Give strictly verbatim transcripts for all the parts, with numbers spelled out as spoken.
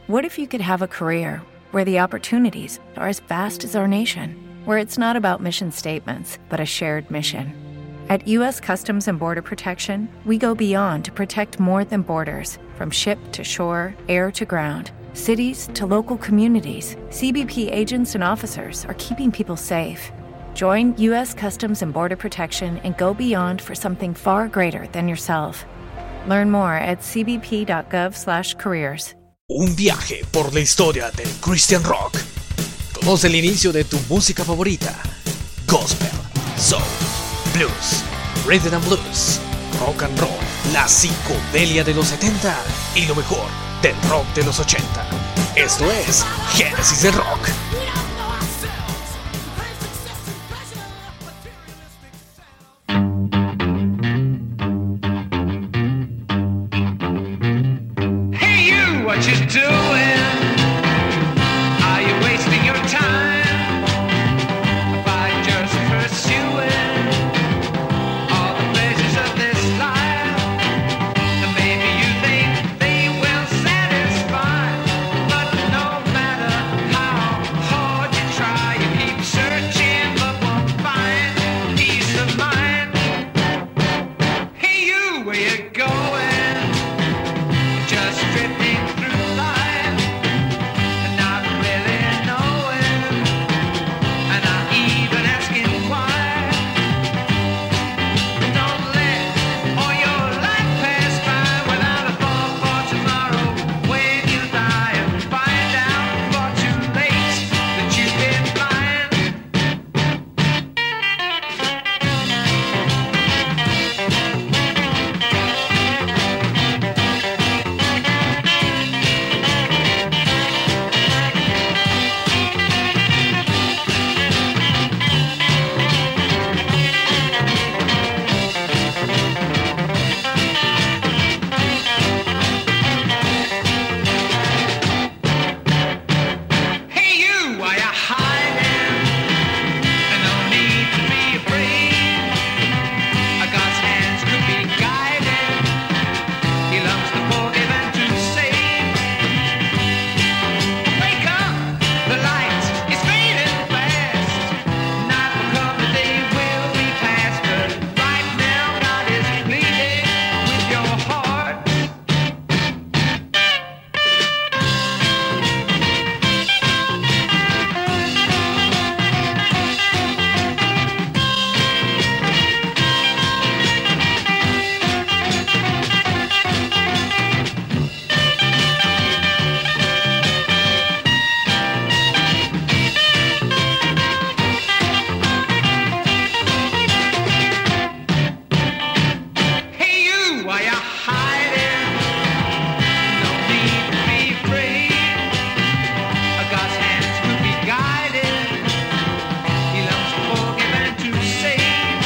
What if you could have a career where the opportunities are as vast as our nation, where it's not about mission statements, but a shared mission? At U S Customs and Border Protection, we go beyond to protect more than borders. From ship to shore, air to ground, cities to local communities, C B P agents and officers are keeping people safe. Join U S Customs and Border Protection and go beyond for something far greater than yourself. Learn more at c b p dot gov slash careers. Un viaje por la historia del Christian rock. Conoce el inicio de tu música favorita: gospel, soul, blues, rhythm and blues, rock and roll, la psicodelia de los setenta y lo mejor del rock de los ochenta. Esto es Génesis del Rock. Hey you, what you doing? Are you wasting your time by just pursuing all the pleasures of this life? And maybe you think they will satisfy, but no matter how hard you try, you keep searching but won't find peace of mind. Hey you, where you going? Just drifting through life and not really knowing, and not even asking why. Don't let all your life pass by without a thought for tomorrow when you die, and find out far too late that you've been blind. Hey you, why you hiding? And no need to be afraid. God's hands could be guided. He loves to forgive and to save. Wake up, the light is fading fast. Night will come, the day will be past. But right now God is pleading with your heart. Hey you, why you hiding? No need to be afraid. God's hands will be guided. He loves to forgive and to save.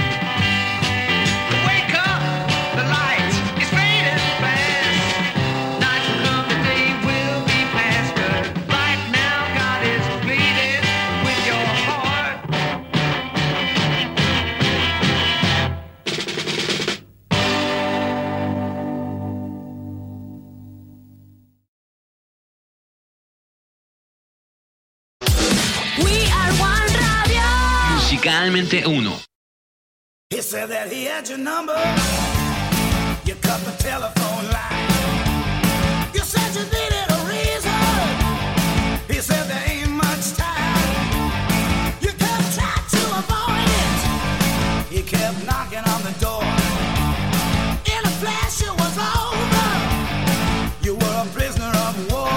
Wake up, the light is fading fast. Night will come, the day will be past. But right now God is pleading with your heart. We are One Radio. Musicalmente uno. He said that he had your number. You cut the telephone line. You said you needed a reason. He said there ain't much time. You kept trying to avoid it. He kept knocking on the door. In a flash it was over. You were a prisoner of war.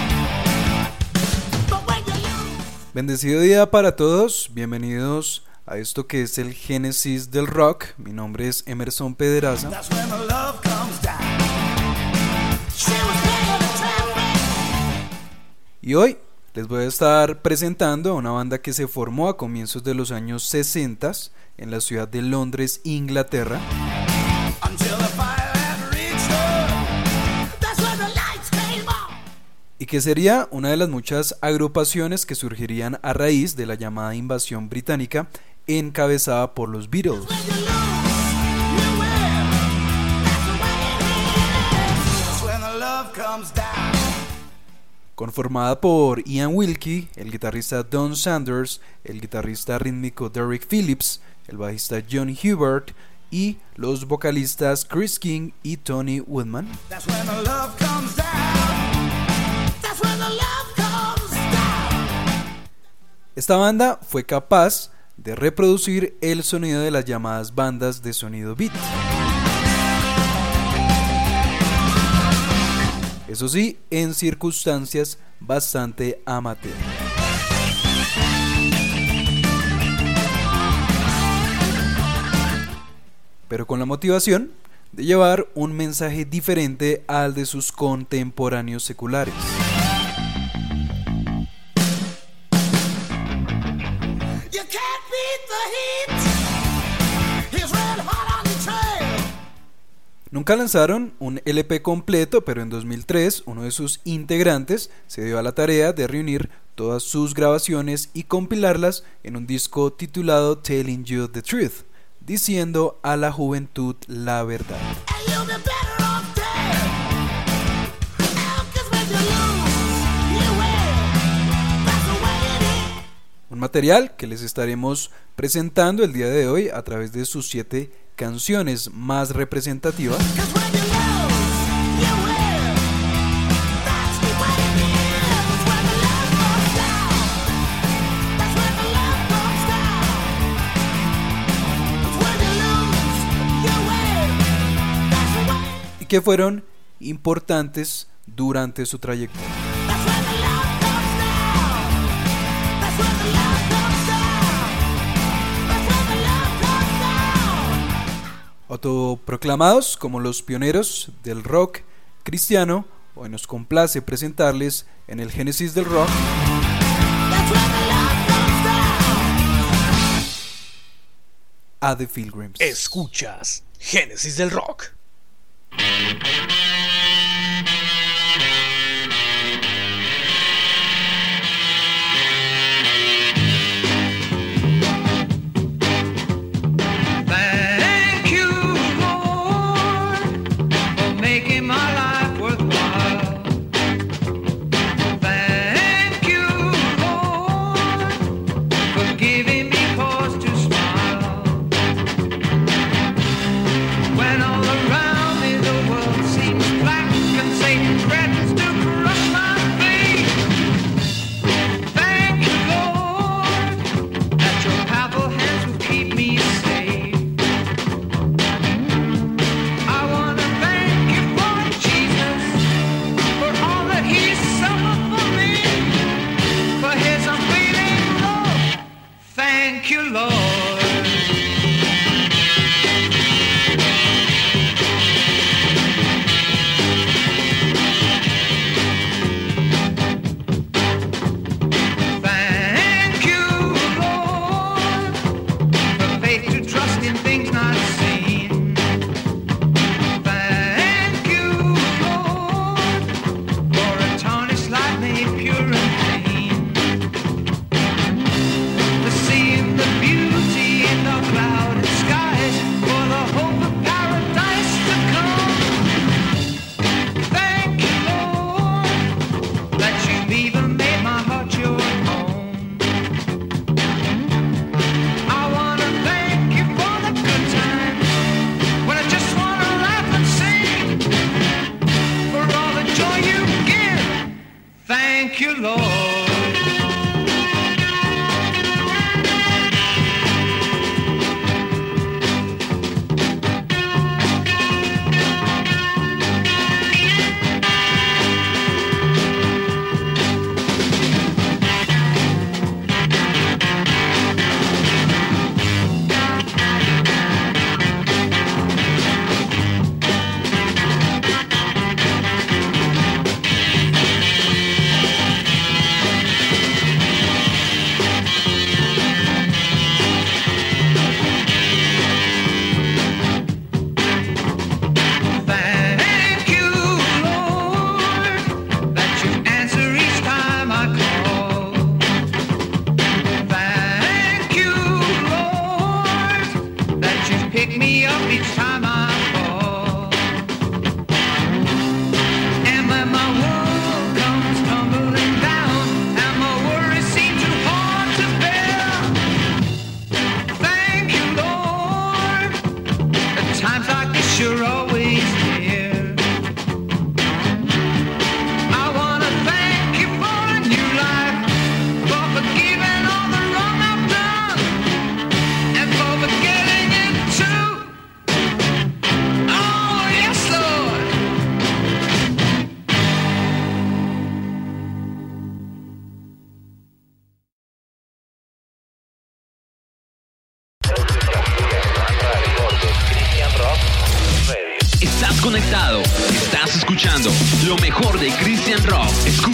But when you lose, Bendecido día para todos, bienvenidos a esto que es el Génesis del Rock. Mi nombre es Emerson Pedraza that's when the love comes down. She was paying the traffic. y hoy les voy a estar presentando a una banda que se formó a comienzos de los años sesenta en la ciudad de Londres, Inglaterra, Until the fire had reached her. That's when the lights came on. y que sería una de las muchas agrupaciones que surgirían a raíz de la llamada invasión británica encabezada por los Beatles. When you lose, you win. That's the way it is. That's when the love comes down. conformada por Ian Wilkie, el guitarrista Don Sanders, el guitarrista rítmico Derek Phillips, el bajista John Hubert y los vocalistas Chris King y Tony Woodman. That's when the love comes down. That's when the love comes down. Esta banda fue capaz de reproducir el sonido de las llamadas bandas de sonido beat. Eso sí, en circunstancias bastante amateur. Pero con la motivación de llevar un mensaje diferente al de sus contemporáneos seculares. Nunca lanzaron un L P completo, pero en dos mil tres uno de sus integrantes se dio a la tarea de reunir todas sus grabaciones y compilarlas en un disco titulado Telling You the Truth, diciendo a la juventud la verdad. Un material que les estaremos presentando el día de hoy a través de sus siete canciones más representativas. Y que fueron importantes durante su trayectoria. Autoproclamados como los pioneros del rock cristiano, hoy nos complace presentarles en el Génesis del Rock a The Pilgrims. Escuchas Génesis del Rock.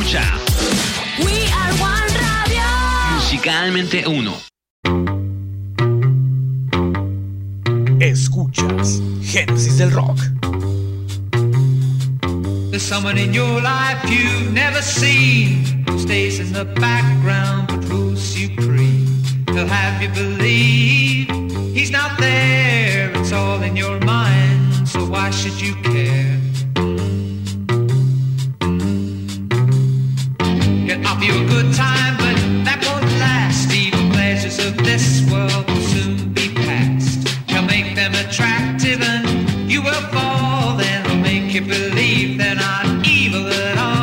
escucha We Are One Radio. Musicalmente uno. Escuchas Génesis del Rock. There's someone in your life you've never seen, who stays in the background but rules supreme. He'll have you believe he's not there, it's all in your mind, so why should you care? Get off you a good time, but that won't last. Even pleasures of this world will soon be past. He'll make them attractive and you will fall, then he'll make you believe they're not evil at all.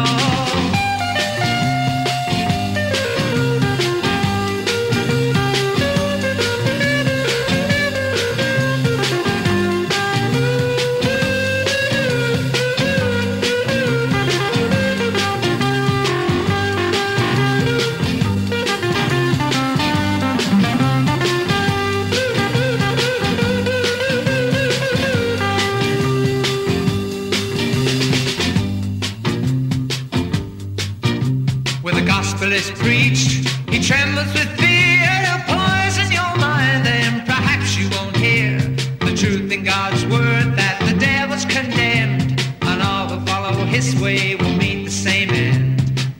Is preached, he trembles with fear. He'll poison your mind, then perhaps you won't hear the truth in God's word, that the devil's condemned, and all who follow his way will meet the same end.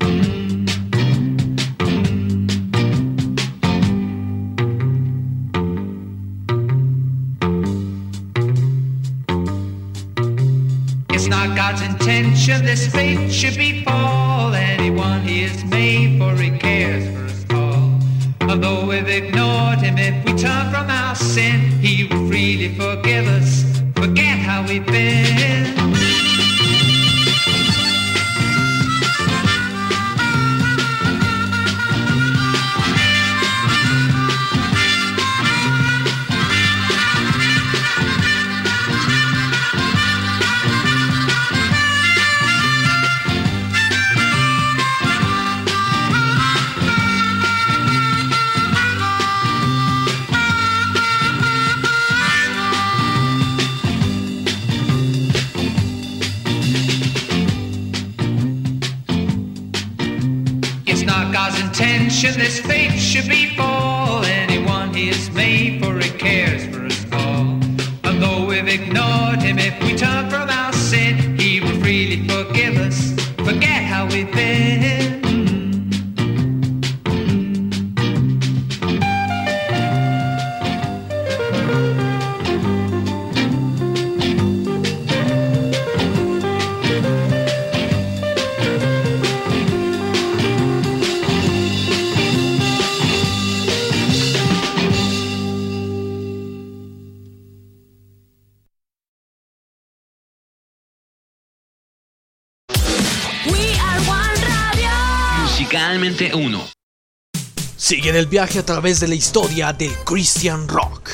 It's not God's intention this fate should befall anyone he is made, for he cares for us all. Although we've ignored him, if we turn from our sin, he will freely forgive us, forget how we've been. Intention this fate should befall anyone he is made, for he cares for us all. And though we've ignored him, if we turn from our sin, he will freely forgive us, forget how we've been. Musicalmente uno. Sigue en el viaje a través de la historia del Christian Rock.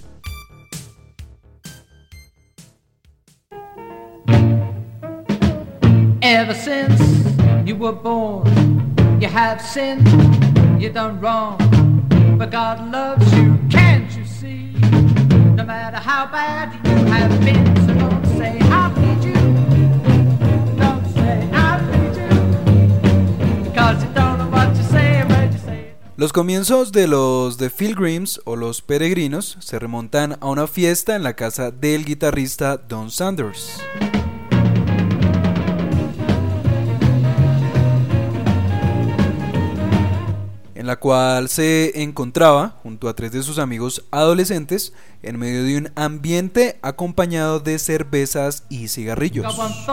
Ever since you were born, you have sinned, you done wrong, but God loves you, can't you see? No matter how bad you have been, so don't say I need you, don't say I need you, because you don't know what you say when you say it. Los comienzos de los The Pilgrims o los Peregrinos se remontan a una fiesta en la casa del guitarrista Don Sanders, en la cual se encontraba junto a tres de sus amigos adolescentes en medio de un ambiente acompañado de cervezas y cigarrillos,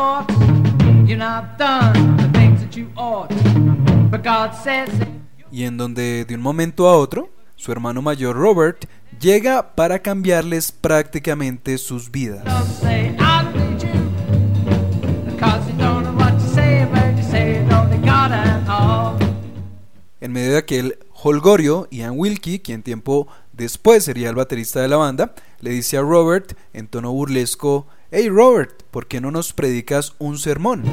y en donde de un momento a otro su hermano mayor Robert llega para cambiarles prácticamente sus vidas. En medio de aquel holgorio, Ian Wilkie, quien tiempo después sería el baterista de la banda, le dice a Robert en tono burlesco: «Hey Robert, ¿por qué no nos predicas un sermón?».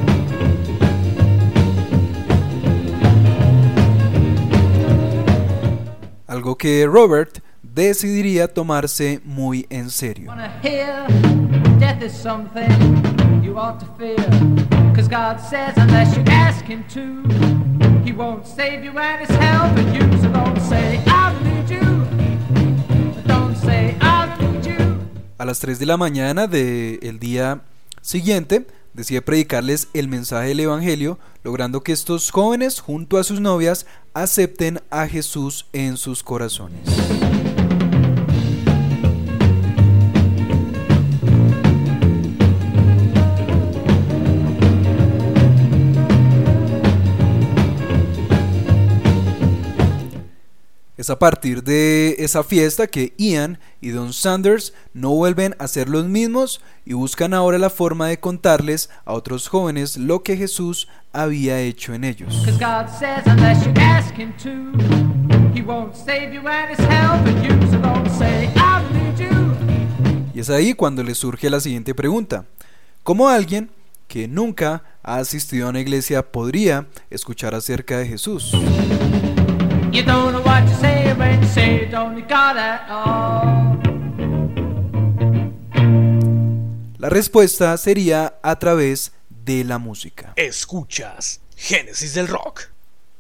Algo que Robert decidiría tomarse muy en serio. 'Cause God says unless you ask him to, he won't save you and it's hell for you. So don't say I need you, don't say I need you. A las tres de la mañana del día siguiente decide predicarles el mensaje del evangelio, logrando que estos jóvenes junto a sus novias acepten a Jesús en sus corazones. Es a partir de esa fiesta que Ian y Don Sanders no vuelven a ser los mismos y buscan ahora la forma de contarles a otros jóvenes lo que Jesús había hecho en ellos. Y es ahí cuando les surge la siguiente pregunta: ¿cómo alguien que nunca ha asistido a una iglesia podría escuchar acerca de Jesús? You don't know what you say when you say you don't need God at all. La respuesta sería a través de la música. Escuchas Génesis del Rock.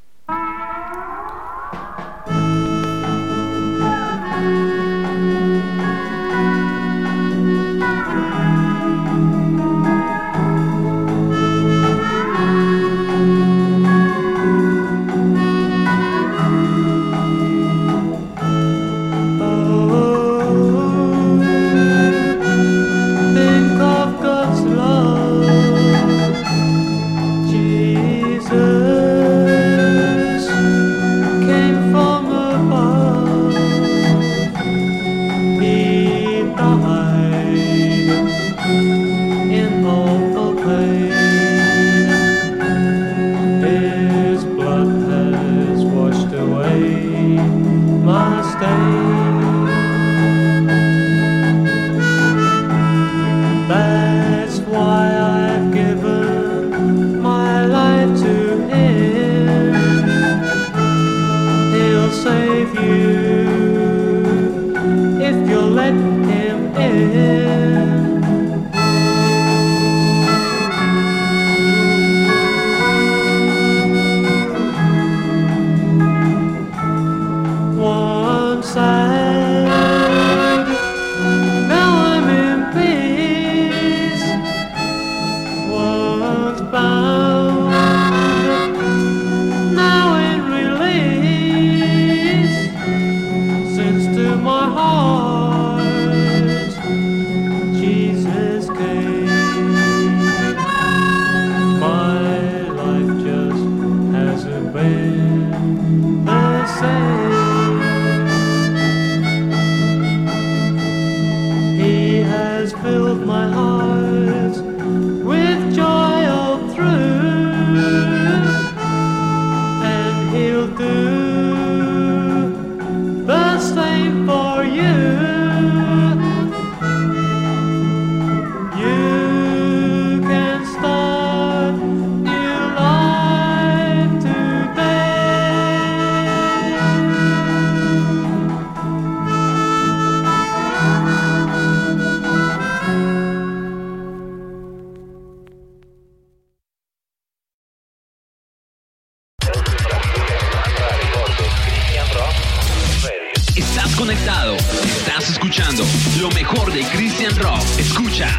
Conectado, estás escuchando lo mejor de Christian Rock. Escucha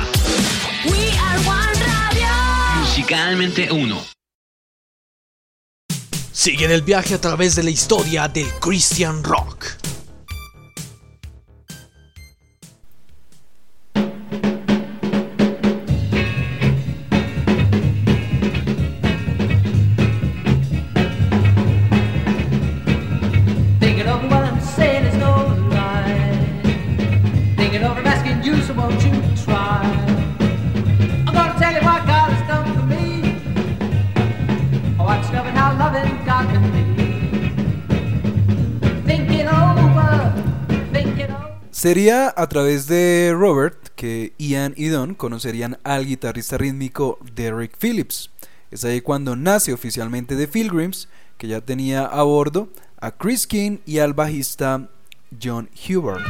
We Are One Radio. Musicalmente uno. Sigue en el viaje a través de la historia del Christian Rock. Sería a través de Robert que Ian y Don conocerían al guitarrista rítmico Derek Phillips. Es ahí cuando nace oficialmente The Pilgrims, que ya tenía a bordo a Chris King y al bajista John Hubert.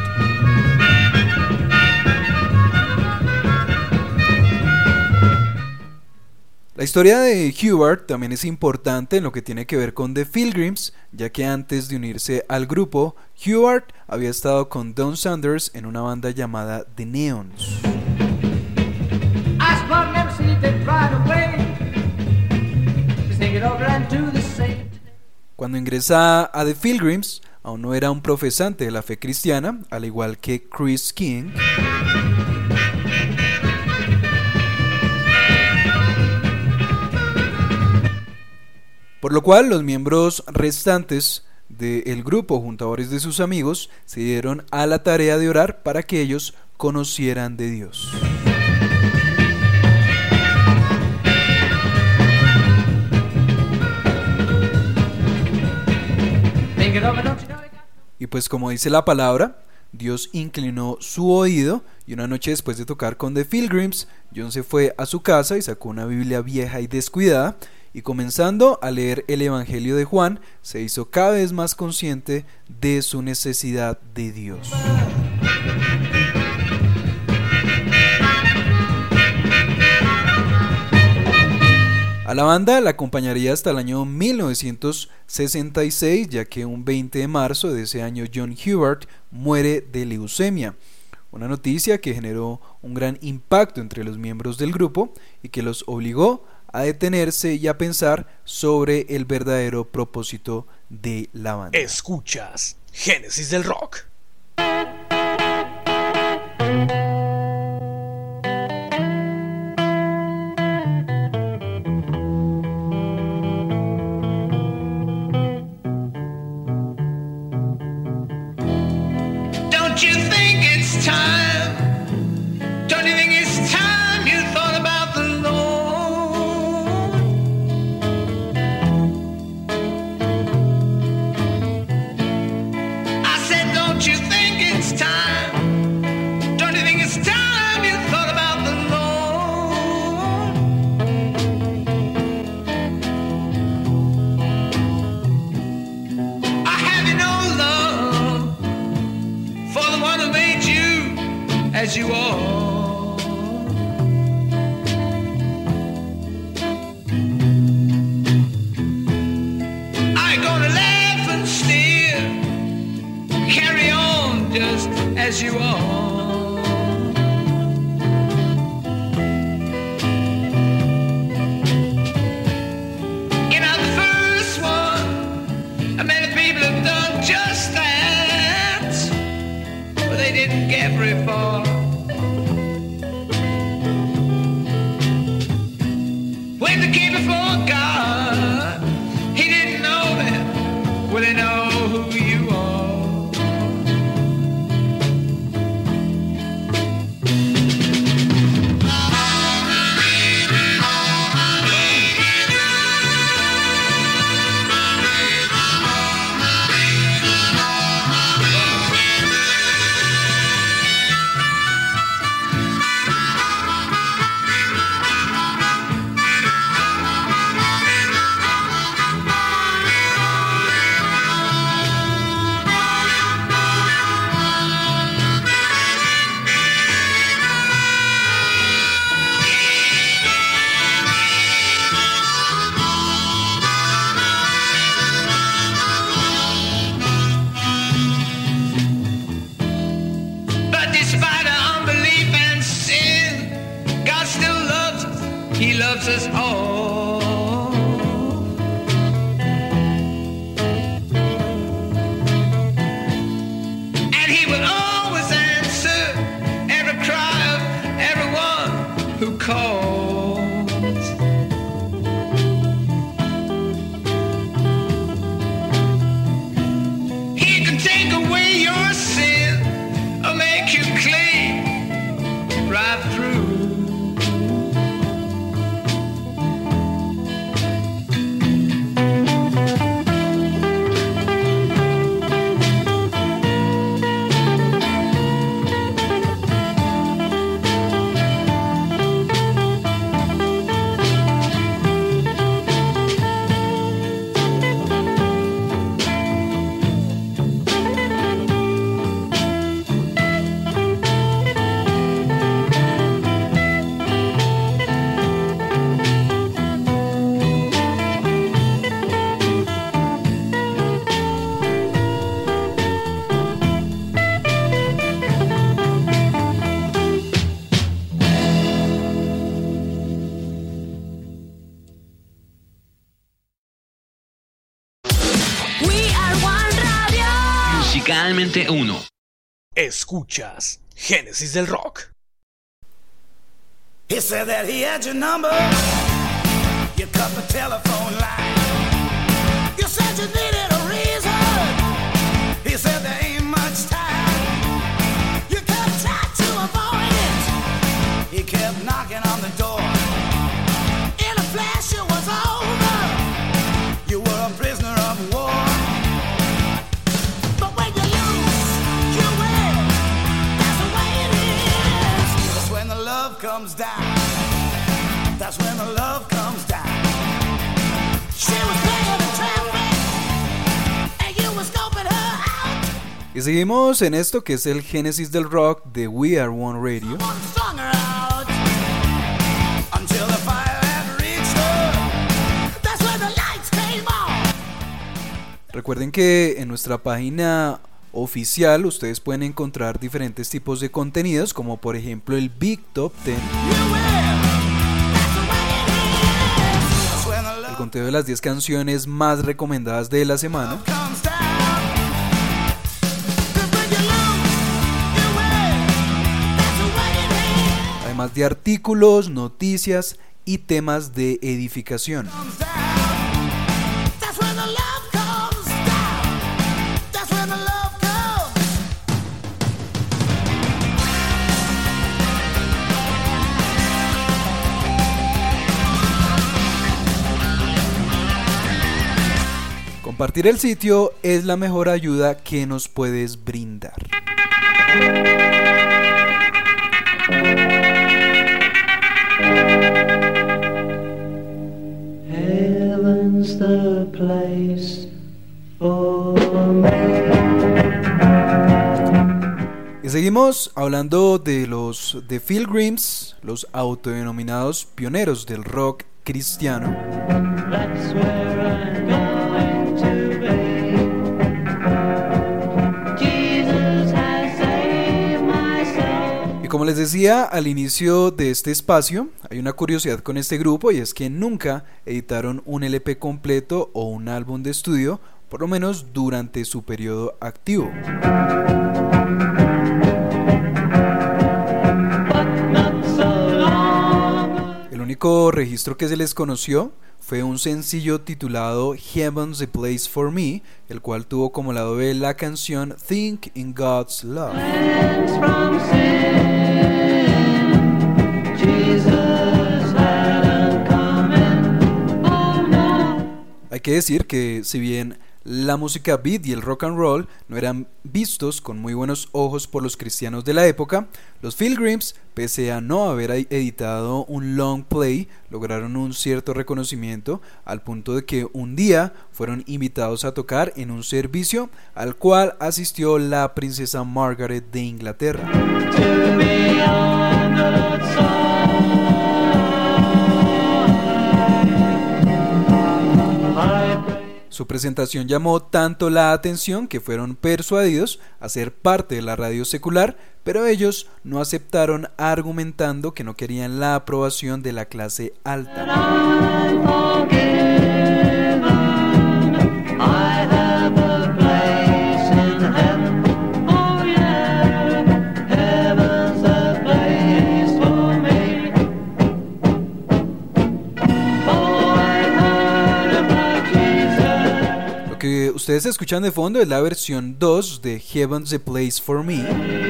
La historia de Hubbard también es importante en lo que tiene que ver con The Pilgrims, ya que antes de unirse al grupo, Hubbard había estado con Don Sanders en una banda llamada The Neons. Cuando ingresa a The Pilgrims, aún no era un profesante de la fe cristiana, al igual que Chris King. Por lo cual los miembros restantes del grupo, junto a varios de sus amigos, se dieron a la tarea de orar para que ellos conocieran de Dios. Y pues como dice la palabra, Dios inclinó su oído y una noche después de tocar con The Pilgrims, John se fue a su casa y sacó una Biblia vieja y descuidada y comenzando a leer el Evangelio de Juan, se hizo cada vez más consciente de su necesidad de Dios. A la banda la acompañaría hasta el año mil novecientos sesenta y seis, ya que un veinte de marzo de ese año John Hubbard muere de leucemia, una noticia que generó un gran impacto entre los miembros del grupo y que los obligó a detenerse y a pensar sobre el verdadero propósito de la banda. Escuchas Génesis del Rock. Don't you think it's time? Don't you think it's time you thought about the Lord? I said, don't you think it's time? Don't you think it's time you thought about the Lord? I have you no love for the one who made you as you are. I ain't gonna laugh and sneer, carry on just as you are. You're not the first one, many people have done just that, but they didn't get very far. When they came before God, He didn't know them. Well, they know who you are. But despite our unbelief and sin, God still loves us. He loves us all. And He will always answer every cry of everyone who calls. He can take away your sin or make you clean right through. Musicalmente uno. Escuchas Génesis del Rock. He said that he had your number, you cut the telephone line. You said you needed a reason. He said there ain't much time. You kept trying to avoid it. He kept knocking on the door. In a flash it was over. You were a prisoner of war. But when you lose, you win. That's the way it is. That's when the love comes down. That's when the love comes down. She was playing the traffic, and you was scoping her out. Y seguimos en esto que es el Génesis del Rock de We Are One Radio. Someone strung her out until the fire had reached her. That's when the lights came on. Recuerden que en nuestra página oficial ustedes pueden encontrar diferentes tipos de contenidos, como por ejemplo el Big Top ten, You will. That's the way it is. That's when the el love conteo de las diez canciones más recomendadas de la semana, comes down. 'Cause when you lose, you win. That's the way it is. además de artículos, noticias y temas de edificación. Comes down. That's when the love comes down. That's when the love comes. Compartir el sitio es la mejor ayuda que nos puedes brindar. Heaven's the place for me. Y seguimos hablando de los The Pilgrims, los autodenominados pioneros del rock cristiano. That's where I'm going to be. Jesus has saved my soul. Y como les decía al inicio de este espacio, hay una curiosidad con este grupo y es que nunca editaron un L P completo o un álbum de estudio, por lo menos durante su periodo activo. El único registro que se les conoció fue un sencillo titulado Heaven's the Place for Me, el cual tuvo como lado B la canción Think in God's Love. Cleansed from sin. Jesus had a coming. Oh no. Hay que decir que si bien la música beat y el rock and roll no eran vistos con muy buenos ojos por los cristianos de la época, los Pilgrims, pese a no haber editado un long play, lograron un cierto reconocimiento al punto de que un día fueron invitados a tocar en un servicio al cual asistió la princesa Margaret de Inglaterra. To be on the Lord's side. I pray. Su presentación llamó tanto la atención que fueron persuadidos a ser parte de la radio secular, pero ellos no aceptaron, argumentando que no querían la aprobación de la clase alta. I'm forgiven. I have a place in heaven. Oh yeah, heaven's a place for me. Oh, I heard about Jesus. Lo que ustedes escuchan de fondo es la versión dos de Heaven's the Place for Me.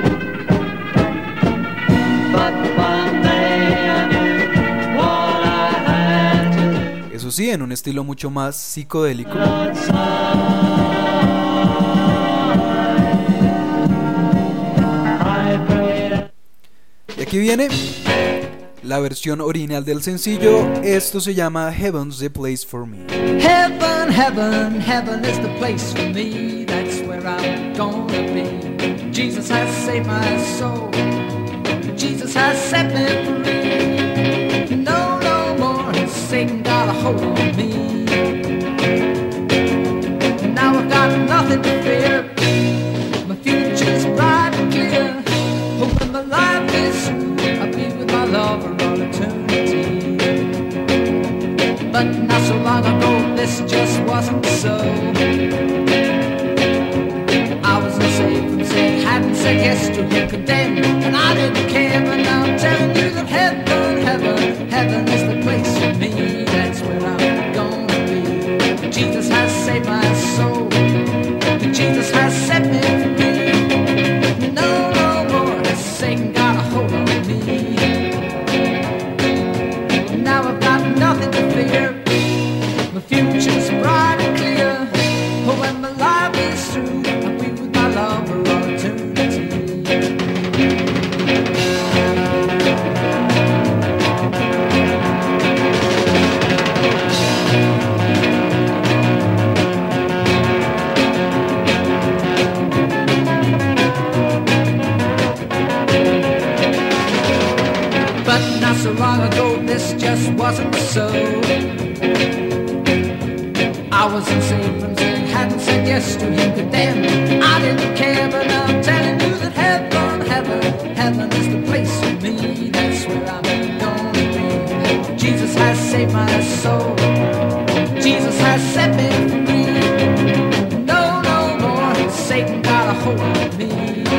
But one day I knew what I had to do. Eso sí, en un estilo mucho más psicodélico. Outside, I prayed. Y aquí viene la versión original del sencillo. Esto se llama Heaven's the Place for Me. Heaven, heaven, heaven is the place for me. That's where I'm gonna be. Jesus has saved my soul. Jesus has set me free. No, no more has Satan got a hold on me. Now I've got nothing to fear. My future's bright and clear. When my life is through, I'll be with my lover all eternity. But not so long ago, this just wasn't so. I was a my soul. Jesus has set me free. No, no more has Satan got a hold on me. Now I've got nothing to fear. My future's bright and clear. Oh, when my life is through, I'll be with my love for all eternity. But not so long ago, this just wasn't so. I was in Saint rooms and hadn't said yes to him, but then I didn't care. But now I'm telling you that heaven, heaven, heaven is the place for me. That's where I'm gonna be. Jesus has saved my soul. Jesus has set me free. No, no more, Satan got a hold on me.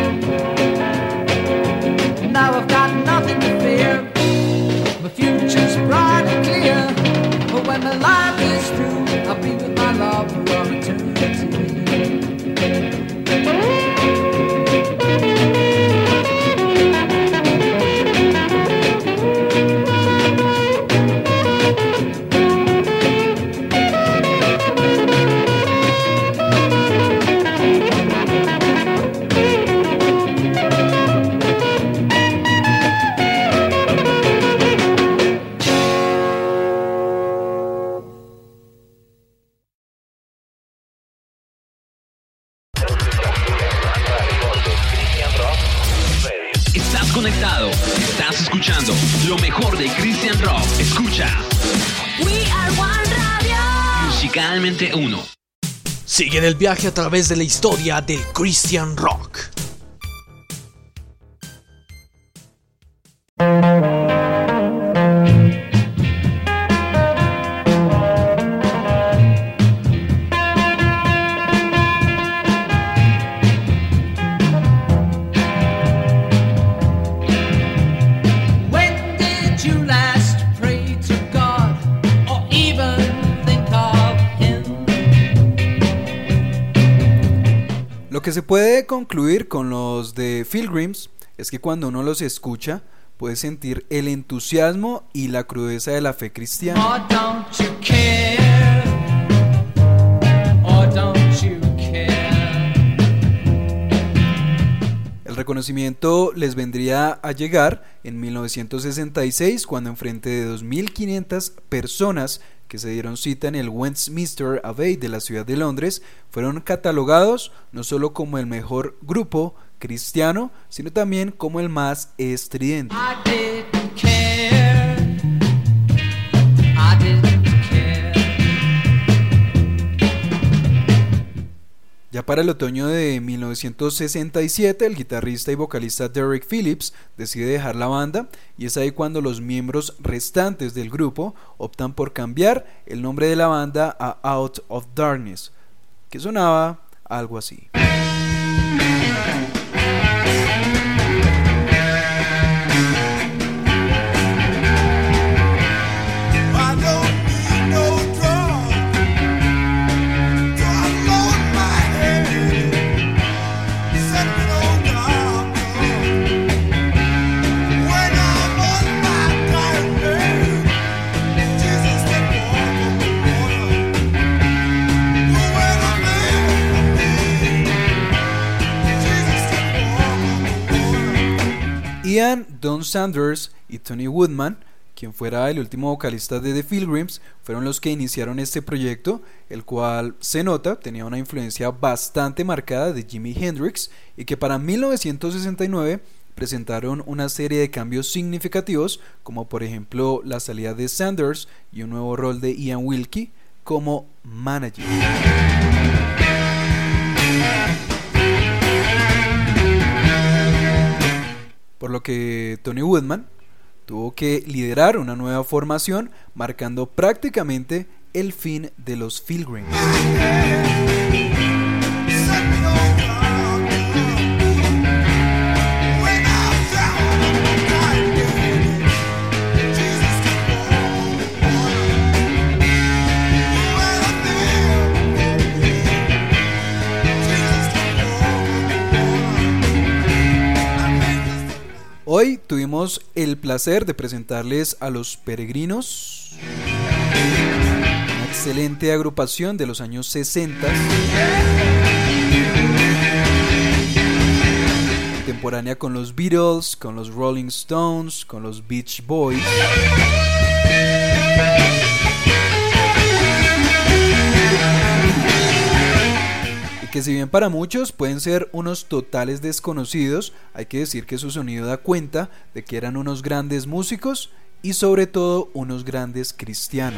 Now I've got nothing to fear. My future's bright and clear. But when my life is through, I'll be with my love for all eternity. Estás conectado, estás escuchando lo mejor de Christian Rock. Escucha We Are One Radio. Musicalmente Uno. Sigue en el viaje a través de la historia del Christian Rock. When did you last pray to God or even think of Him? Lo que se puede concluir con los de Pilgrims es que cuando uno los escucha puede sentir el entusiasmo y la crudeza de la fe cristiana. Or don't you care? Or don't you care? El reconocimiento les vendría a llegar en mil novecientos sesenta y seis, cuando enfrente de dos mil quinientas personas que se dieron cita en el Westminster Abbey de la ciudad de Londres fueron catalogados no solo como el mejor grupo cristiano, sino también como el más estridente. I didn't care. I didn't care. Ya para el otoño de mil novecientos sesenta y siete, el guitarrista y vocalista Derek Phillips decide dejar la banda, y es ahí cuando los miembros restantes del grupo optan por cambiar el nombre de la banda a Out of Darkness, que sonaba algo así. I don't need no drug to unload my head. Set me on down. When I'm on my dying bed, Jesus can walk on the water. When I'm there, Jesus can walk on the water. Ian Don Sanders y Tony Woodman, quien fuera el último vocalista de The Pilgrims, fueron los que iniciaron este proyecto, el cual se nota tenía una influencia bastante marcada de Jimi Hendrix, y que para mil novecientos sesenta y nueve presentaron una serie de cambios significativos, como por ejemplo la salida de Sanders y un nuevo rol de Ian Wilkie como manager. Por lo que Tony Woodman tuvo que liderar una nueva formación, marcando prácticamente el fin de los Pilgrims. Hoy tuvimos el placer de presentarles a Los Peregrinos, una excelente agrupación de los años sesenta, contemporánea con los Beatles, con los Rolling Stones, con los Beach Boys. Que si bien para muchos pueden ser unos totales desconocidos, hay que decir que su sonido da cuenta de que eran unos grandes músicos y sobre todo unos grandes cristianos.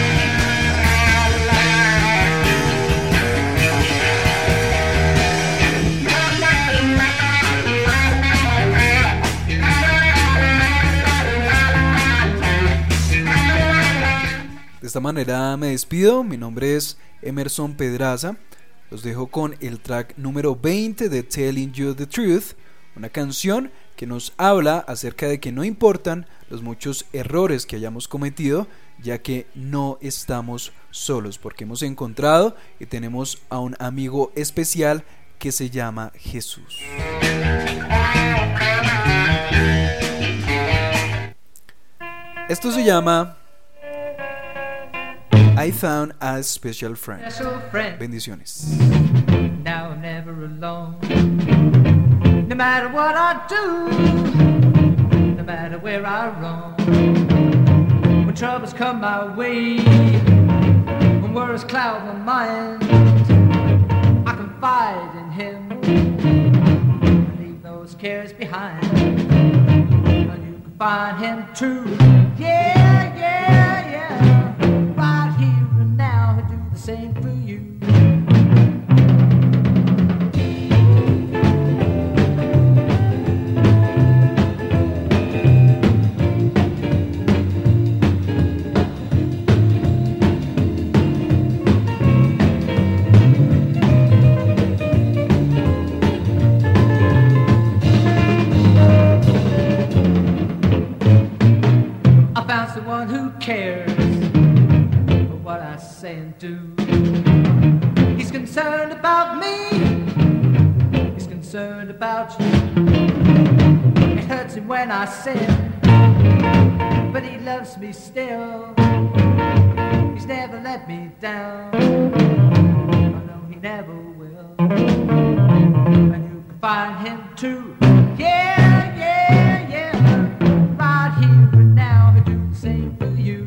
De esta manera me despido, mi nombre es Emerson Pedraza. Los dejo con el track número veinte de Telling You the Truth, una canción que nos habla acerca de que no importan los muchos errores que hayamos cometido, ya que no estamos solos, porque hemos encontrado y tenemos a un amigo especial que se llama Jesús. Esto se llama I Found a Special Friend. Bendiciones. Now I'm never alone. No matter what I do, no matter where I roam, when troubles come my way, when worries cloud my mind, I confide in Him and leave those cares behind. And you can find Him true. Yeah, yeah, yeah. Same for you. I found someone who cares for what I say and do. He's concerned about me, he's concerned about you. It hurts him when I sin, but he loves me still. He's never let me down, I know he never will. And you can find him too. Yeah, yeah, yeah. Right here and now, he'll do the same for you.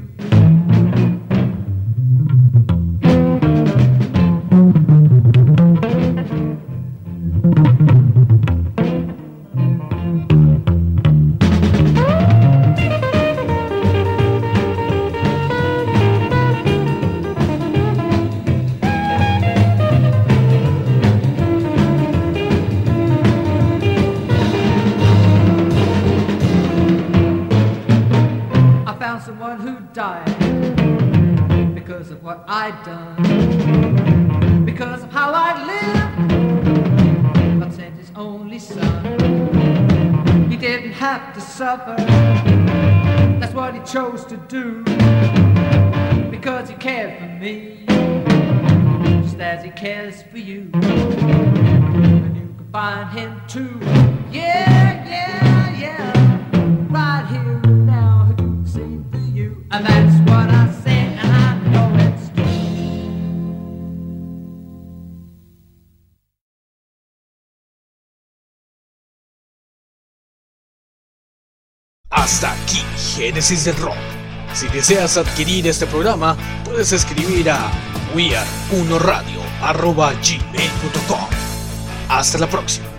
Someone who died because of what I'd done, because of how I lived. God sent His only Son. He didn't have to suffer. That's what He chose to do, because He cared for me, just as He cares for you. And you can find Him too. Yeah, yeah, yeah. Right here and now. And that's what I say, and I know it's true. Hasta aquí Génesis del Rock. Si deseas adquirir este programa, puedes escribir a we are uno radio arroba gmail punto com. Hasta la próxima.